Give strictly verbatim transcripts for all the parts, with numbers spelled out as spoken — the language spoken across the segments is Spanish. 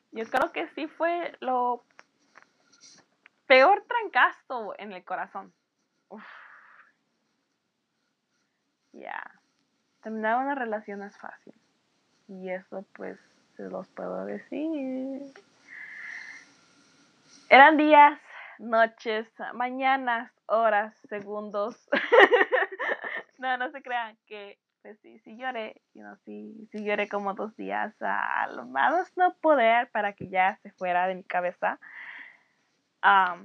Yo creo que sí fue lo peor trancazo en el corazón. Uf, ya. Yeah. Terminar una relación es fácil. Y eso pues se los puedo decir. Eran días, noches, mañanas, horas, segundos. No, no se crean que pues sí, sí lloré, you know, sí, sí lloré como dos días a lo más no poder para que ya se fuera de mi cabeza. Um,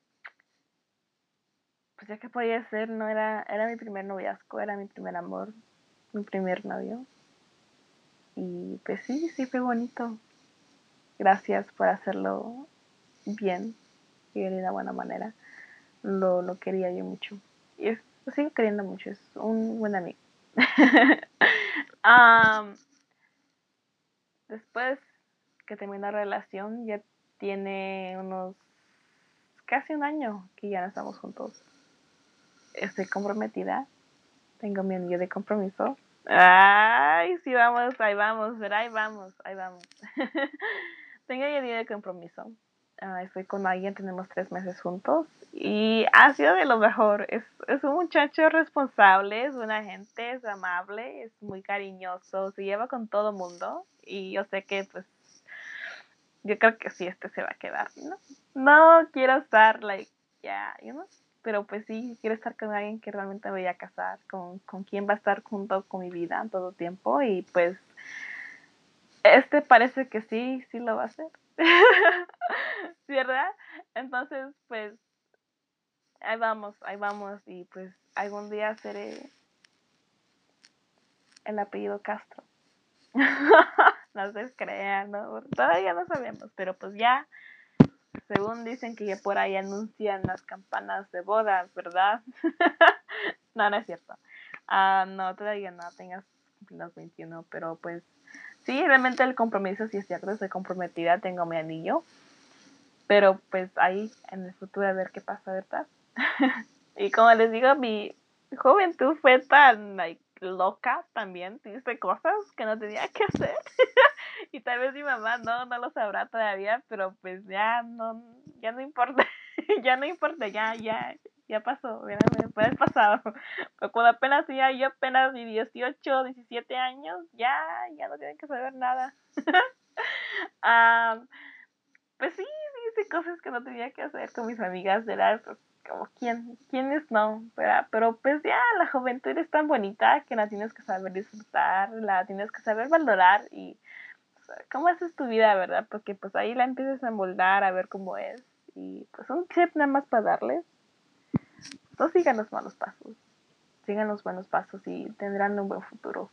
pues ya que podía ser, no era, era mi primer noviazgo, era mi primer amor, mi primer novio. Y pues sí, sí fue bonito. Gracias por hacerlo bien y de una buena manera. Lo, lo quería yo mucho. Y es, lo sigo queriendo mucho, es un buen amigo. um, después que terminó la relación, ya tiene unos casi un año que ya no estamos juntos. Estoy comprometida. Tengo mi anillo de compromiso. Ay, sí, vamos, ahí vamos, pero ahí vamos, ahí vamos. Tengo mi anillo de compromiso. Uh, estoy con alguien, tenemos tres meses juntos y ha sido de lo mejor. Es, es un muchacho responsable, es buena gente, es amable, es muy cariñoso, se lleva con todo el mundo y yo sé que pues yo creo que sí, este se va a quedar, ¿no? No quiero estar, like, ya, yeah, you know, pero pues sí, quiero estar con alguien que realmente me voy a casar, con, con quien va a estar junto con mi vida en todo tiempo y pues este parece que sí, sí lo va a hacer. ¿Verdad? Entonces, pues, ahí vamos, ahí vamos y pues algún día seré el apellido Castro. No se crean, ¿no? Todavía no sabemos, pero pues ya, según dicen que ya por ahí anuncian las campanas de bodas, ¿verdad? No, no es cierto. Uh, no, todavía no, tengas los veintiuno, pero pues sí, realmente el compromiso sí es cierto, estoy comprometida, tengo mi anillo, pero pues ahí en el futuro a ver qué pasa, ¿verdad? Y como les digo, mi juventud fue tan like, loca también, hice cosas que no tenía que hacer. Y tal vez mi mamá no, no lo sabrá todavía, pero pues ya no, ya no importa, ya no importa, ya, ya, ya pasó, mira, fue el pasado. Pero cuando apenas ya, yo apenas mi dieciocho, diecisiete años, ya, ya no tienen que saber nada. um, pues sí, sí hice cosas que no tenía que hacer con mis amigas, ¿verdad? Pues, como quién, quiénes no, ¿verdad? Pero pues ya la juventud es tan bonita que la tienes que saber disfrutar, la tienes que saber valorar y cómo haces tu vida, ¿verdad? Porque pues ahí la empiezas a moldar, a ver cómo es. Y pues un tip nada más para darles. No sigan los malos pasos. Sigan los buenos pasos y tendrán un buen futuro.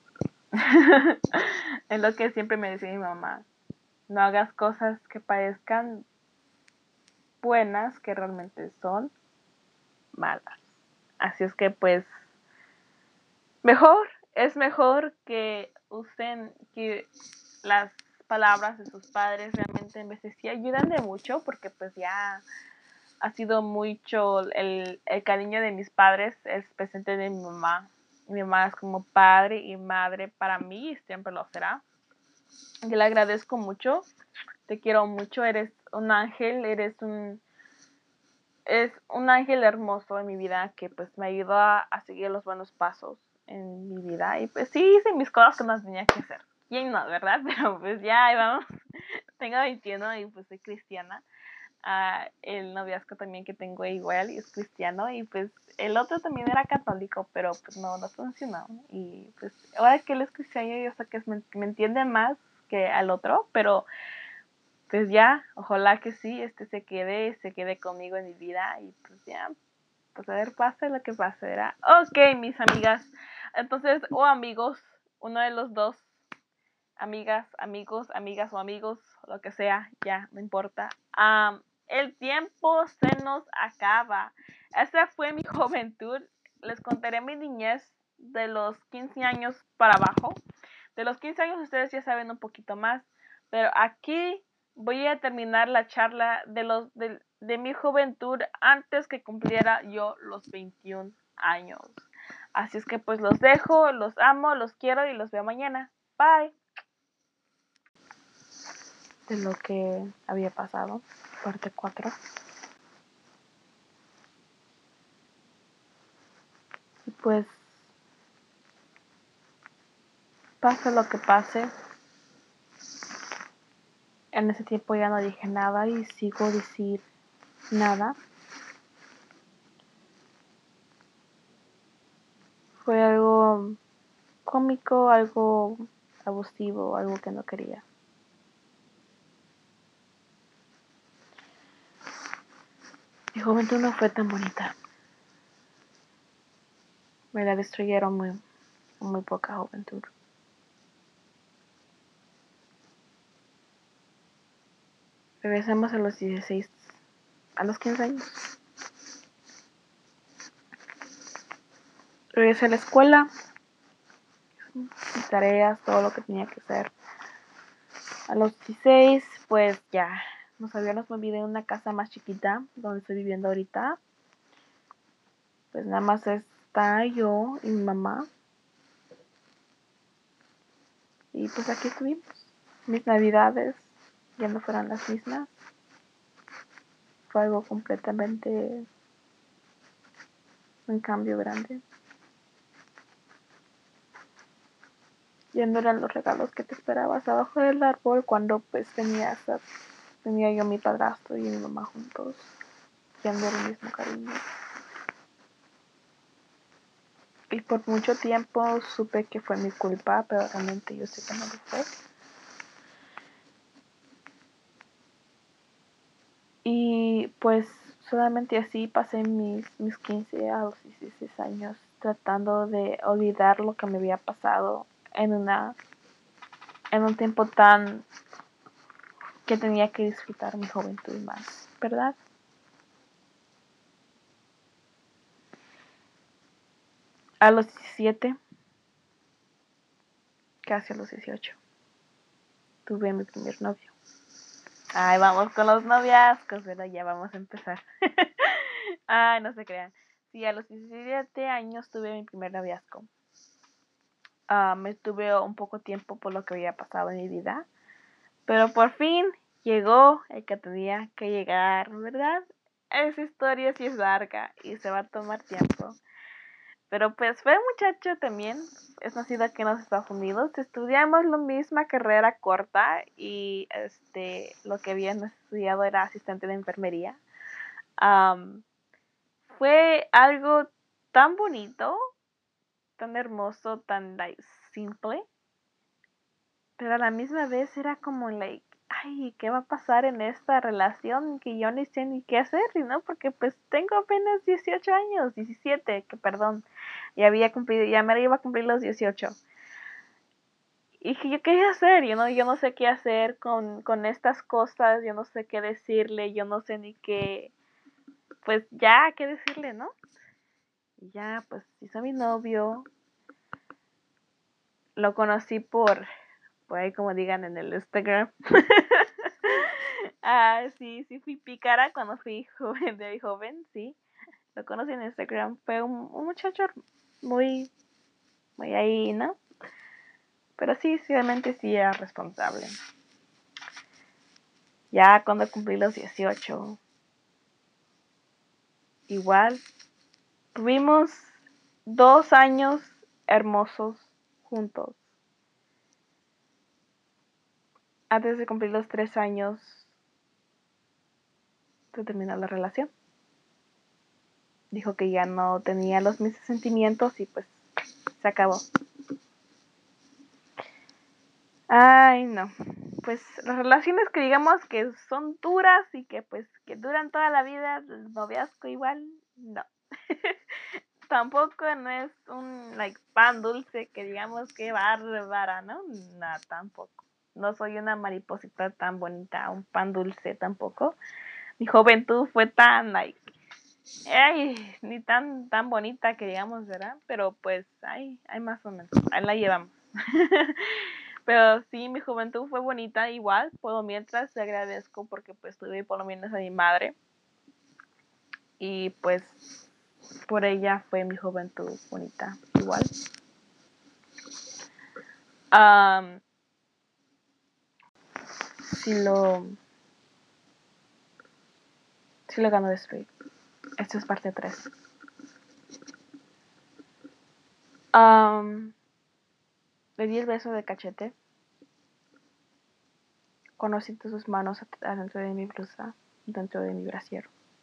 Es lo que siempre me decía mi mamá. No hagas cosas que parezcan buenas que realmente son malas. Así es que pues mejor, es mejor que usen que las palabras de sus padres realmente en veces sí ayudan de mucho porque pues ya ha sido mucho el, el cariño de mis padres, es presente de mi mamá. Mi mamá es como padre y madre para mí y siempre lo será. Yo le agradezco mucho, te quiero mucho, eres un ángel, eres un es un ángel hermoso en mi vida que pues me ayudó a, a seguir los buenos pasos en mi vida y pues sí hice mis cosas que no tenía que hacer. ¿Quién no, verdad? Pero pues ya, ahí vamos. Tengo veintiuno y pues soy cristiana. Uh, el noviazgo también que tengo igual y es cristiano y pues el otro también era católico pero pues no, no funcionó y pues ahora que él es cristiano yo sé que me, me entiende más que al otro, pero pues ya, ojalá que sí, este se quede, se quede conmigo en mi vida y pues ya, pues a ver, pase lo que pase, ¿verdad? Ok, mis amigas, entonces, o amigos, uno de los dos, amigas, amigos, amigas o amigos, lo que sea, ya, no importa. Um, el tiempo se nos acaba. Esa fue mi juventud. Les contaré mi niñez de los quince años para abajo. De los quince años ustedes ya saben un poquito más, pero aquí voy a terminar la charla de, los, de, de mi juventud antes que cumpliera yo los veintiún años. Así es que pues los dejo, los amo, los quiero y los veo mañana. Bye. de lo que había pasado, parte cuatro. Y pues, pase lo que pase, en ese tiempo ya no dije nada y sigo decir nada. Fue algo cómico, algo abusivo, algo que no quería. Mi juventud no fue tan bonita. Me la destruyeron muy, muy poca juventud. Regresamos a los dieciséis, a los quince años. Regresé a la escuela, mis tareas, todo lo que tenía que hacer. A los dieciséis, pues ya nos habíamos movido en una casa más chiquita, donde estoy viviendo ahorita. Pues nada más está yo y mi mamá. Y pues aquí estuvimos. Mis navidades ya no fueron las mismas. Fue algo completamente, un cambio grande. Ya no eran los regalos que te esperabas abajo del árbol cuando pues tenía, esa, tenía yo mi padrastro y mi mamá juntos. Ya no era el mismo cariño. Y por mucho tiempo supe que fue mi culpa, pero realmente yo sé que no lo fue. Y pues solamente así pasé mis, mis quince a los dieciséis años tratando de olvidar lo que me había pasado en una en un tiempo tan que tenía que disfrutar mi juventud más, ¿verdad? A los diecisiete, casi a los dieciocho, tuve mi primer novio. Ay, vamos con los noviazgos, pero ya vamos a empezar. Ay, no se crean. Sí, a los diecisiete años tuve mi primer noviazgo. Uh, me tuve un poco tiempo por lo que había pasado en mi vida. Pero por fin llegó el que tenía que llegar, ¿verdad? Esa historia sí es larga y se va a tomar tiempo. Pero pues fue muchacho también, es nacido aquí en los Estados Unidos. Estudiamos la misma carrera corta y este lo que habían estudiado era asistente de enfermería. Um, fue algo tan bonito, tan hermoso, tan like, simple. Pero a la misma vez era como, like, ay, ¿qué va a pasar en esta relación? Que yo ni sé ni qué hacer, ¿no? Porque pues tengo apenas dieciocho años, diecisiete, que perdón, ya había cumplido, ya me iba a cumplir los dieciocho. Y que yo quería hacer, you know? Yo no sé qué hacer con, con estas cosas, yo no sé qué decirle, yo no sé ni qué, pues ya, qué decirle, ¿no? Y ya, pues hizo mi novio, lo conocí por, por ahí como digan en el Instagram. Ah, sí, sí fui pícara cuando fui joven, de joven, sí. Lo conocí en Instagram. Fue un, un muchacho muy, muy ahí, ¿no? Pero sí, realmente sí era responsable. Ya cuando cumplí los dieciocho, igual, tuvimos dos años hermosos juntos. Antes de cumplir los tres años, se terminó la relación. Dijo que ya no tenía los mismos sentimientos y pues se acabó. Ay, no. Pues las relaciones que digamos que son duras y que pues que duran toda la vida, el noviazgo igual, no. Tampoco no es un like pan dulce que digamos que bárbara, ¿no? No, tampoco. No soy una mariposita tan bonita, un pan dulce tampoco. Mi juventud fue tan like ay, ni tan tan bonita que digamos, ¿verdad? Pero pues ay, hay más o menos. Ahí la llevamos. Pero sí, mi juventud fue bonita igual, por lo mientras te agradezco porque pues tuve por lo menos a mi madre y pues por ella fue mi juventud bonita igual. Um, sí lo, sí lo ganó de Spade. Esta es parte tres. Um, le di el beso de cachete. Conocí sus manos adentro de mi blusa, dentro de mi brasier.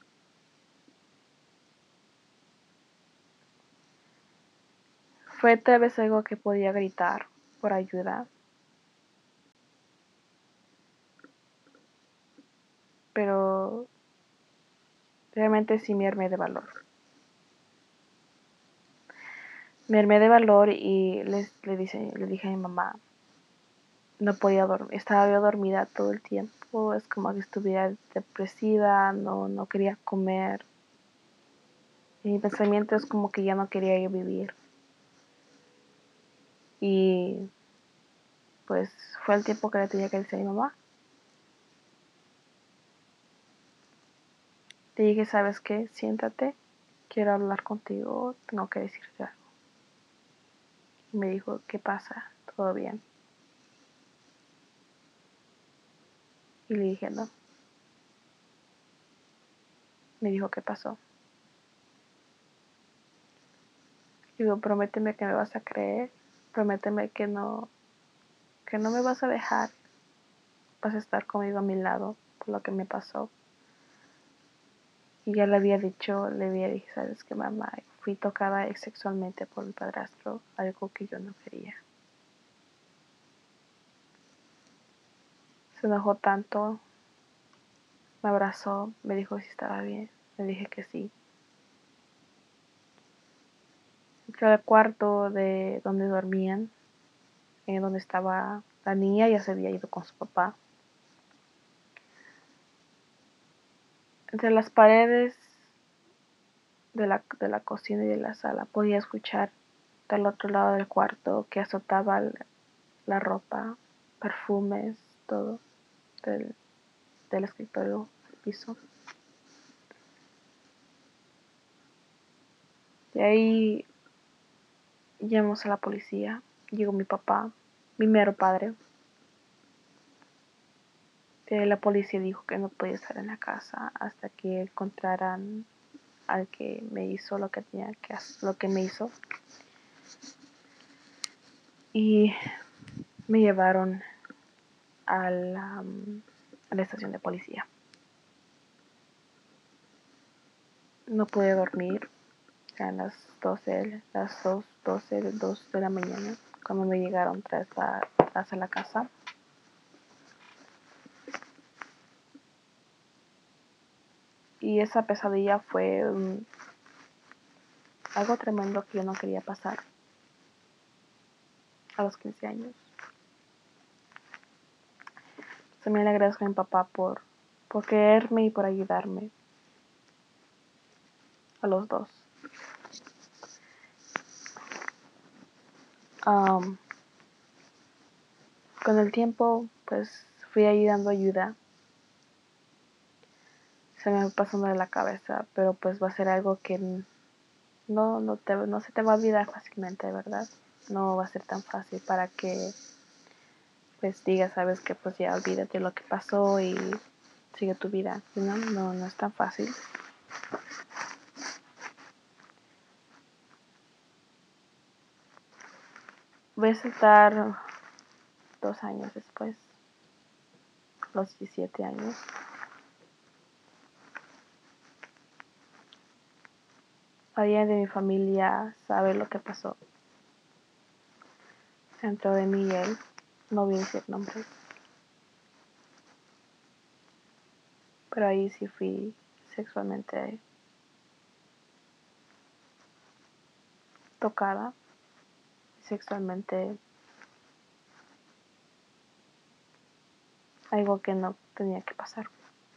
Fue tal vez algo que podía gritar por ayuda, pero realmente sí me armé de valor. Me armé de valor y le, le, dice, le dije a mi mamá, no podía dormir, estaba yo dormida todo el tiempo, es como que estuviera depresiva, no, no quería comer. Y mi pensamiento es como que ya no quería yo vivir. Y pues fue el tiempo que le tenía que decir a mi mamá. Le dije, ¿sabes qué? Siéntate, quiero hablar contigo, tengo que decirte algo. Y me dijo, ¿qué pasa? ¿Todo bien? Y le dije, no. Me dijo, ¿qué pasó? Digo, prométeme que me vas a creer, prométeme que no, que no me vas a dejar, vas a estar conmigo a mi lado por lo que me pasó. Y ya le había dicho, le había dicho, ¿sabes qué, mamá? Fui tocada sexualmente por mi padrastro, algo que yo no quería. Se enojó tanto, me abrazó, me dijo si estaba bien, le dije que sí. Entré al cuarto de donde dormían, en donde estaba la niña, ya se había ido con su papá. Entre las paredes de la, de la cocina y de la sala podía escuchar del otro lado del cuarto que azotaba la, la ropa, perfumes, todo del, del escritorio al piso. De ahí llamamos a la policía, llegó mi papá, mi mero padre. De la policía dijo que no podía estar en la casa hasta que encontraran al que me hizo lo que tenía que hacer, lo que me hizo. Y me llevaron a la, um, a la estación de policía. No pude dormir. Eran las doce, las dos, doce, dos de la mañana cuando me llegaron tras la, tras a la casa. Y esa pesadilla fue um, algo tremendo que yo no quería pasar a los quince años. También le agradezco a mi papá por, por quererme y por ayudarme. A los dos. Um, con el tiempo, pues fui ahí dando ayuda. Se me va pasando de la cabeza, pero pues va a ser algo que no, no, te, no se te va a olvidar fácilmente, ¿verdad? No va a ser tan fácil para que pues digas, sabes que pues ya olvídate lo que pasó y sigue tu vida. No, no, no es tan fácil. Voy a saltar dos años después, los diecisiete años. Alguien de mi familia sabe lo que pasó. Dentro de mí y él, no voy a decir nombres. Pero ahí sí fui sexualmente tocada, sexualmente algo que no tenía que pasar.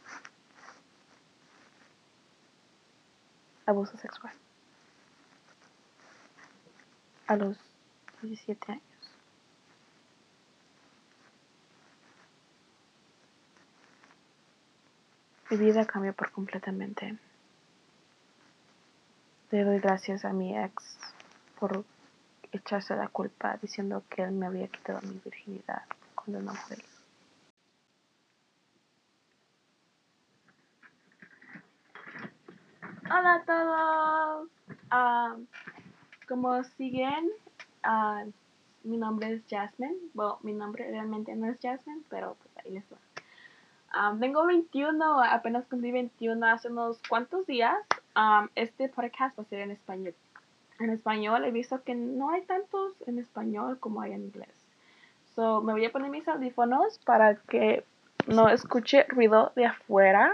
Abuso sexual. A los diecisiete años. Mi vida cambió por completamente. Le doy gracias a mi ex por echarse la culpa diciendo que él me había quitado mi virginidad cuando no fue él. Hola a todos. Ah, como siguen, ah, mi nombre es Jasmine. Bueno, mi nombre realmente no es Jasmine, pero pues ahí les va. Ah, tengo veintiuno, apenas cumplí veintiuno hace unos cuantos días. Ah, este podcast va a ser en español. En español he visto que no hay tantos en español como hay en inglés. So, me voy a poner mis audífonos para que no escuche ruido de afuera,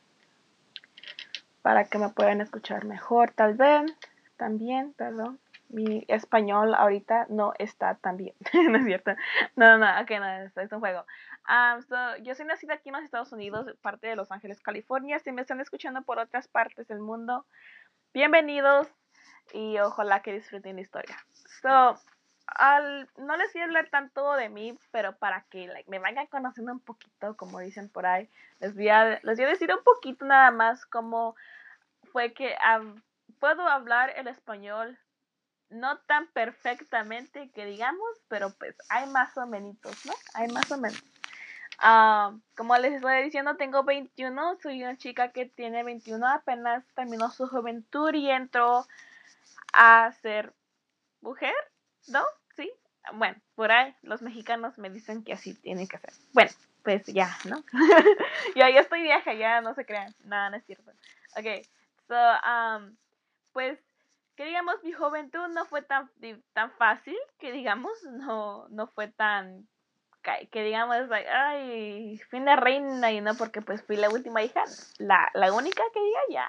para que me puedan escuchar mejor, tal vez, también, perdón. Mi español ahorita no está tan bien, ¿no es cierto? No, no, ok, no, es, es un juego. Um, so, yo soy nacida aquí en los Estados Unidos, parte de Los Ángeles, California. Si me están escuchando por otras partes del mundo, bienvenidos y ojalá que disfruten la historia. So, al, no les voy a hablar tanto de mí, pero para que like, me vayan conociendo un poquito, como dicen por ahí, les voy a, les voy a decir un poquito nada más cómo fue que um, puedo hablar el español no tan perfectamente que digamos, pero pues hay más o menos, ¿no? Hay más o menos. Uh, como les estoy diciendo, tengo veintiuno, soy una chica que tiene veintiuno, apenas terminó su juventud y entró a ser mujer, ¿no? Sí. Bueno, por ahí los mexicanos me dicen que así tiene que ser. Bueno, pues ya, ¿no? ya, ya estoy vieja, ya no se crean. Nada, no es cierto. Ok, so, um, pues, que digamos, mi juventud no fue tan, tan fácil, que digamos, no, no fue tan, que, que digamos, like, ay, fin de reina, y no, porque pues fui la última hija, la, la única que diga ya.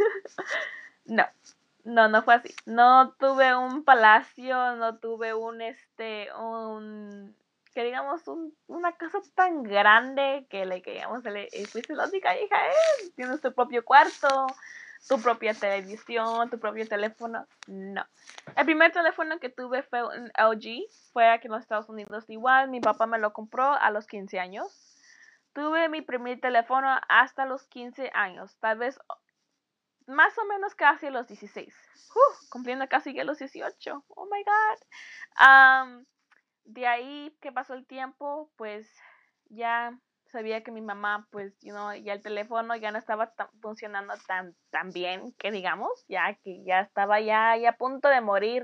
no, no, no fue así. No tuve un palacio, no tuve un, este, un, que digamos, un, una casa tan grande que le, que digamos, le, fuiste la única hija, eh, tienes tu propio cuarto, tu propia televisión, tu propio teléfono. No. El primer teléfono que tuve fue un L G, fue aquí en los Estados Unidos igual, mi papá me lo compró a los quince años. Tuve mi primer teléfono hasta los quince años, tal vez más o menos casi a los dieciséis, uh, cumpliendo casi ya los dieciocho, oh my god. Um, de ahí que pasó el tiempo, pues ya sabía que mi mamá, pues, you know, ya el teléfono ya no estaba tan, funcionando tan, tan bien, que digamos, ya que ya estaba ya, ya a punto de morir.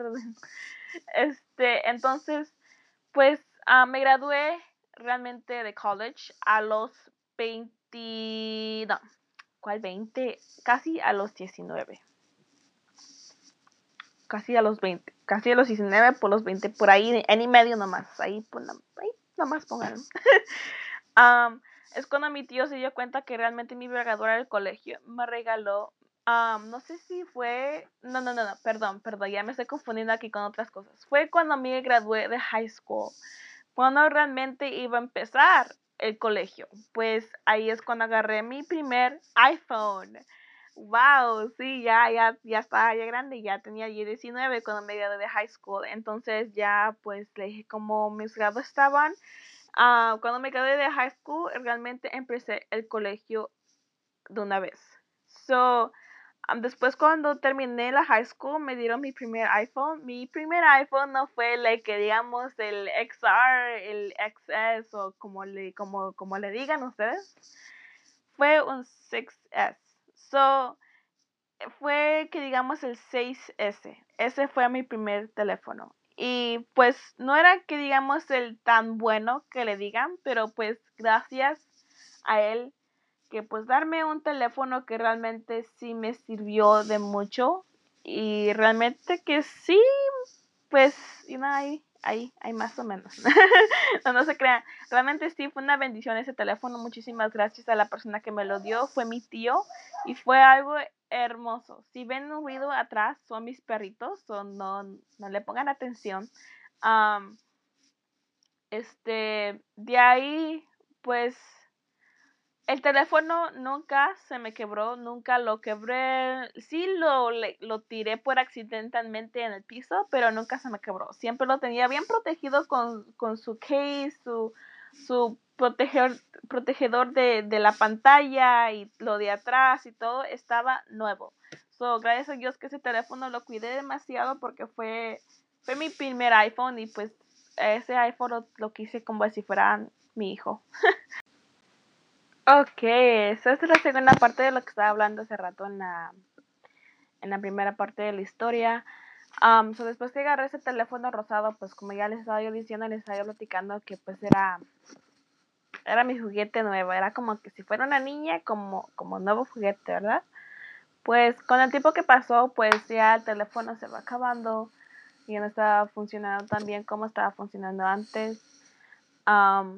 este, entonces, pues, uh, me gradué realmente de college a los veinte, no, ¿cuál veinte? Casi a los diecinueve. Casi a los veinte. Casi a los diecinueve por los veinte. Por ahí, en y medio nomás. Ahí, pues, ahí nomás pongan. um, es cuando mi tío se dio cuenta que realmente mi graduación del colegio me regaló. Um, no sé si fue. No, no, no, no. Perdón, perdón. Ya me estoy confundiendo aquí con otras cosas. Fue cuando me gradué de high school. Cuando realmente iba a empezar el colegio. Pues ahí es cuando agarré mi primer iPhone. Wow, sí, ya, ya, ya estaba ya grande, ya tenía diecinueve cuando me gradué de high school. Entonces ya pues le dije como mis grados estaban. Uh, cuando me gradué de high school, realmente empecé el colegio de una vez. So, um, después cuando terminé la high school me dieron mi primer iPhone. Mi primer iPhone no fue el que digamos el X R, el X S o como le, como, como le digan ustedes. Fue un seis S. So, fue que digamos el seis S. Ese fue mi primer teléfono. Y pues no era que digamos el tan bueno que le digan, pero pues gracias a él que pues darme un teléfono que realmente sí me sirvió de mucho y realmente que sí, pues, you know, ahí, ahí, ahí más o menos. no, no se crean. Realmente sí fue una bendición ese teléfono. Muchísimas gracias a la persona que me lo dio. Fue mi tío y fue algo hermoso. Si ven un ruido atrás, son mis perritos. O no, no le pongan atención. Um, este, de ahí, pues, el teléfono nunca se me quebró, nunca lo quebré. Sí lo, le, lo tiré por accidentalmente en el piso, pero nunca se me quebró. Siempre lo tenía bien protegido con, con su case, su, su proteger, protegedor de, de la pantalla y lo de atrás y todo estaba nuevo. So, gracias a Dios que ese teléfono lo cuidé demasiado porque fue, fue mi primer iPhone y pues ese iPhone lo, lo quise como si fuera mi hijo. Ok, esa es la segunda parte de lo que estaba hablando hace rato en la, en la primera parte de la historia. Um, so después que agarré ese teléfono rosado, pues como ya les estaba yo diciendo, les estaba yo platicando que pues era, era mi juguete nuevo, era como que si fuera una niña, como, como nuevo juguete, ¿verdad? Pues con el tiempo que pasó, pues ya el teléfono se va acabando y ya no estaba funcionando tan bien como estaba funcionando antes. Um,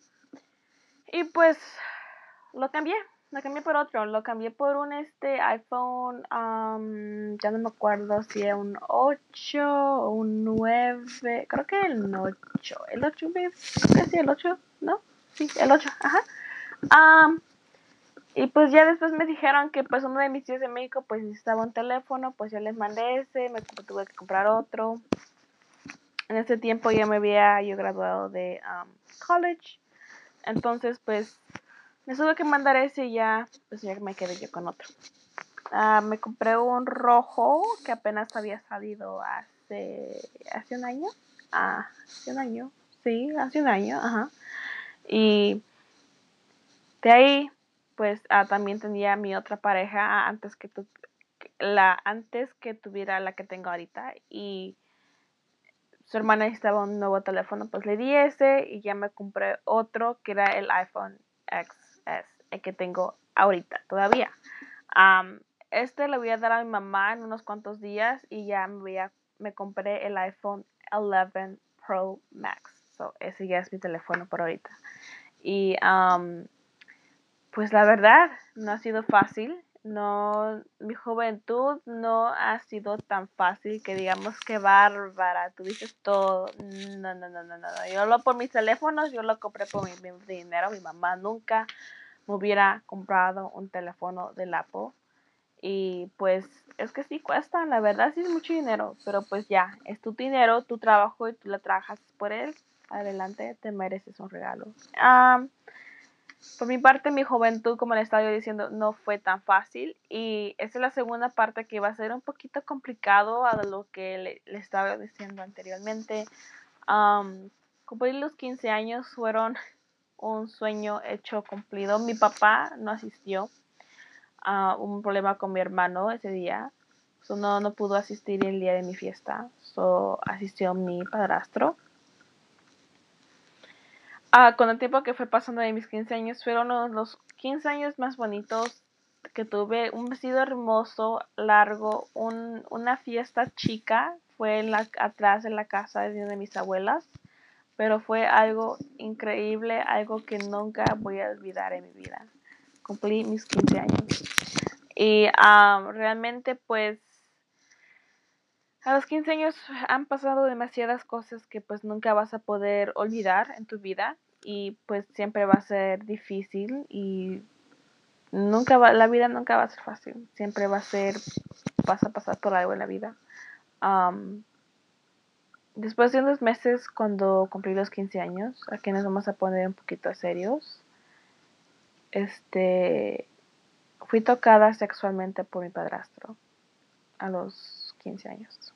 y pues lo cambié, lo cambié por otro, lo cambié por un este iPhone, um, ya no me acuerdo si era un ocho o un nueve, creo que el ocho, el ocho, creo que sí, el ocho, ¿no? Sí, el ocho, ajá. Um, y pues ya después me dijeron que pues uno de mis tíos de México pues necesitaba un teléfono, pues yo les mandé ese, me tuve que comprar otro. En ese tiempo ya me había yo graduado de um, college, entonces pues me tuve que mandar ese y ya, pues ya me quedé yo con otro. Uh, me compré un rojo que apenas había salido hace, hace un año. Ah, hace un año. Sí, hace un año, ajá. Y de ahí, pues uh, también tenía mi otra pareja antes que tu, la antes que tuviera la que tengo ahorita, y su hermana necesitaba un nuevo teléfono, pues le di ese y ya me compré otro que era el iPhone X S, el que tengo ahorita todavía. Um, este le voy a dar a mi mamá en unos cuantos días y ya me, voy a, me compré el iPhone once Pro Max. So, ese ya es mi teléfono por ahorita. Y um, pues la verdad, no ha sido fácil. No, mi juventud no ha sido tan fácil que digamos que bárbara, tú dices todo. No, no, no, no, no. Yo lo por mis teléfonos, yo lo compré por mi, mi dinero. Mi mamá nunca me hubiera comprado un teléfono del Apple. Y pues es que sí cuesta, la verdad sí es mucho dinero, pero pues ya, es tu dinero, tu trabajo y tú la trabajas por él. Adelante, te mereces un regalo. Um, por mi parte, mi juventud, como le estaba yo diciendo, no fue tan fácil. Y esa es la segunda parte que va a ser un poquito complicado a lo que le, le estaba diciendo anteriormente. Um, cumplir los quince años fueron un sueño hecho cumplido. Mi papá no asistió. Uh, hubo un problema con mi hermano ese día. So no, no pudo asistir el día de mi fiesta. So asistió mi padrastro. Ah, con el tiempo que fue pasando de mis quince años, fueron los, los quince años más bonitos que tuve. Un vestido hermoso, largo, un, una fiesta chica, fue en la, atrás de la casa de una de mis abuelas, pero fue algo increíble, algo que nunca voy a olvidar en mi vida. Cumplí mis quince años. Y um, realmente pues a los quince años han pasado demasiadas cosas que pues nunca vas a poder olvidar en tu vida, y pues siempre va a ser difícil y nunca va, la vida nunca va a ser fácil, siempre va a ser, vas a pasar por algo en la vida. Um, después de unos meses, cuando cumplí los quince años, aquí nos vamos a poner un poquito serios, este, fui tocada sexualmente por mi padrastro a los quince años.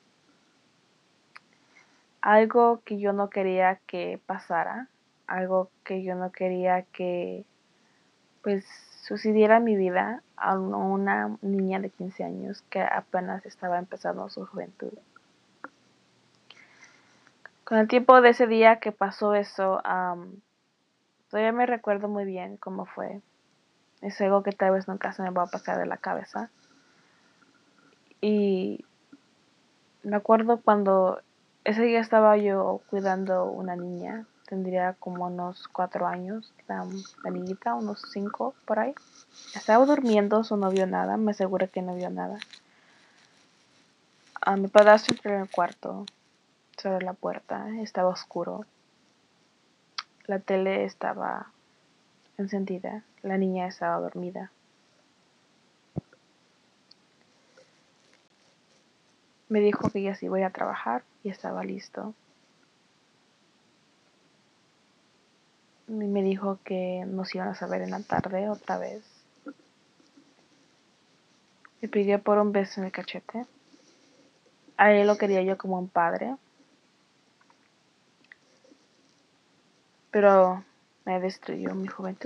Algo que yo no quería que pasara, algo que yo no quería que pues sucediera en mi vida a una niña de quince años que apenas estaba empezando su juventud. Con el tiempo de ese día que pasó eso, um, todavía me recuerdo muy bien cómo fue. Es algo que tal vez nunca se me va a pasar de la cabeza. Y me acuerdo cuando ese día estaba yo cuidando una niña, tendría como unos cuatro años, la, la niñita, unos cinco por ahí. Estaba durmiendo, so no vio nada, me aseguré que no vio nada. A mi padrastro entró en el cuarto, cerró la puerta, estaba oscuro. La tele estaba encendida, la niña estaba dormida. Me dijo que ya se iba a ir a trabajar y estaba listo. Y me dijo que nos iban a saber en la tarde otra vez. Me pidió por un beso en el cachete. A él lo quería yo como un padre. Pero me destruyó mi juventud.